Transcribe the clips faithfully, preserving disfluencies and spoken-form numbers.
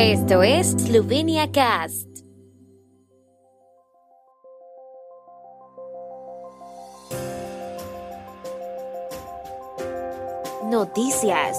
Esto es Slovenia Cast. Noticias.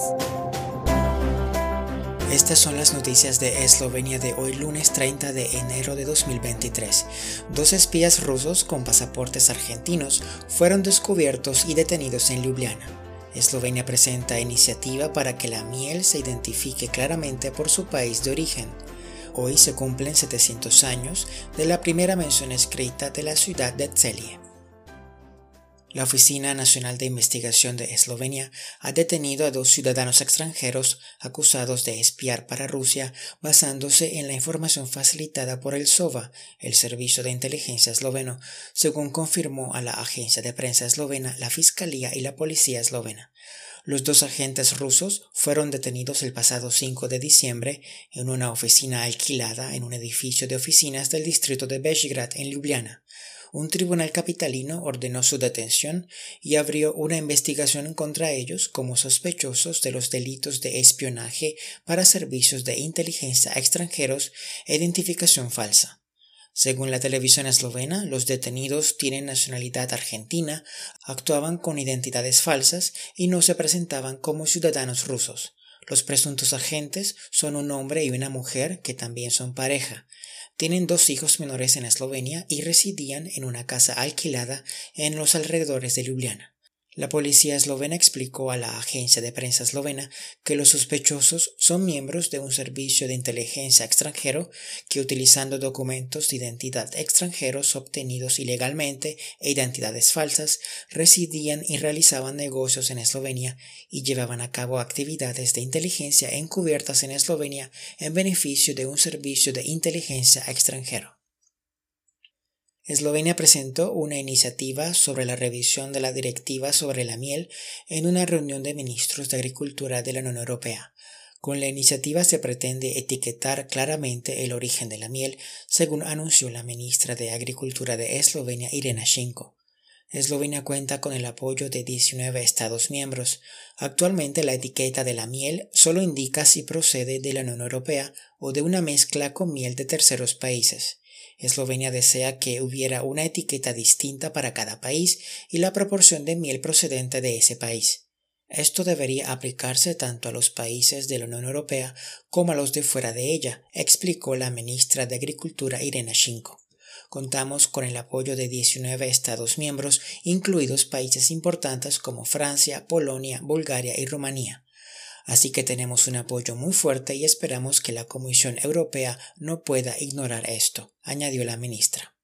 Estas son las noticias de Eslovenia de hoy, lunes treinta de enero de dos mil veintitrés. Dos espías rusos con pasaportes argentinos fueron descubiertos y detenidos en Ljubljana. Eslovenia presenta iniciativa para que la miel se identifique claramente por su país de origen. Hoy se cumplen setecientos años de la primera mención escrita de la ciudad de Celje. La Oficina Nacional de Investigación de Eslovenia ha detenido a dos ciudadanos extranjeros acusados de espiar para Rusia basándose en la información facilitada por el SOVA, el Servicio de Inteligencia Esloveno, según confirmó a la agencia de prensa eslovena la Fiscalía y la Policía eslovena. Los dos agentes rusos fueron detenidos el pasado cinco de diciembre en una oficina alquilada en un edificio de oficinas del distrito de Bežigrad en Ljubljana. Un tribunal capitalino ordenó su detención y abrió una investigación contra ellos como sospechosos de los delitos de espionaje para servicios de inteligencia extranjeros e identificación falsa. Según la televisión eslovena, los detenidos tienen nacionalidad argentina, actuaban con identidades falsas y no se presentaban como ciudadanos rusos. Los presuntos agentes son un hombre y una mujer que también son pareja. Tienen dos hijos menores en Eslovenia y residían en una casa alquilada en los alrededores de Ljubljana. La policía eslovena explicó a la agencia de prensa eslovena que los sospechosos son miembros de un servicio de inteligencia extranjero que, utilizando documentos de identidad extranjeros obtenidos ilegalmente e identidades falsas, residían y realizaban negocios en Eslovenia y llevaban a cabo actividades de inteligencia encubiertas en Eslovenia en beneficio de un servicio de inteligencia extranjero. Eslovenia presentó una iniciativa sobre la revisión de la directiva sobre la miel en una reunión de ministros de Agricultura de la Unión Europea. Con la iniciativa se pretende etiquetar claramente el origen de la miel, según anunció la ministra de Agricultura de Eslovenia, Irena Šinko. Eslovenia cuenta con el apoyo de diecinueve Estados miembros. Actualmente la etiqueta de la miel solo indica si procede de la Unión Europea o de una mezcla con miel de terceros países. Eslovenia desea que hubiera una etiqueta distinta para cada país y la proporción de miel procedente de ese país. Esto debería aplicarse tanto a los países de la Unión Europea como a los de fuera de ella, explicó la ministra de Agricultura Irena Šinko. Contamos con el apoyo de diecinueve Estados miembros, incluidos países importantes como Francia, Polonia, Bulgaria y Rumanía. Así que tenemos un apoyo muy fuerte y esperamos que la Comisión Europea no pueda ignorar esto, añadió la ministra.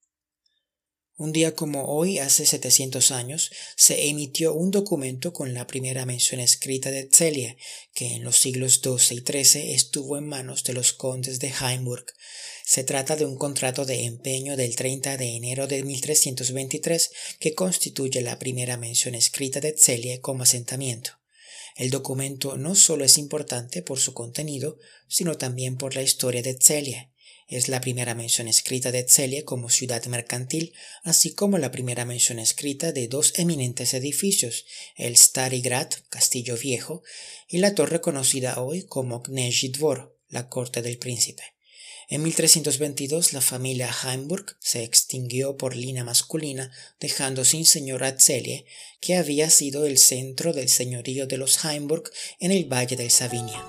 Un día como hoy, hace setecientos años, se emitió un documento con la primera mención escrita de Celje, que en los siglos doce y trece estuvo en manos de los condes de Heimburg. Se trata de un contrato de empeño del treinta de enero de mil trescientos veintitrés que constituye la primera mención escrita de Celje como asentamiento. El documento no solo es importante por su contenido, sino también por la historia de Celje. Es la primera mención escrita de Celje como ciudad mercantil, así como la primera mención escrita de dos eminentes edificios, el Stari Grad, Castillo Viejo, y la torre conocida hoy como Knežji Dvor, la corte del príncipe. En mil trescientos veintidós la familia Heimburg se extinguió por línea masculina, dejando sin señor a Celje, que había sido el centro del señorío de los Heimburg en el valle del Savinia.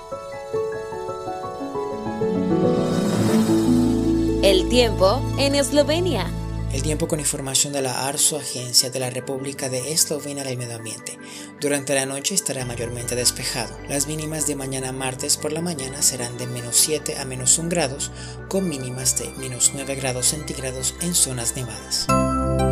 El tiempo en Eslovenia. El tiempo con información de la ARSO, Agencia de la República de Eslovenia del Medio Ambiente. Durante la noche estará mayormente despejado. Las mínimas de mañana martes por la mañana serán de menos siete a menos uno grados, con mínimas de menos nueve grados centígrados en zonas nevadas.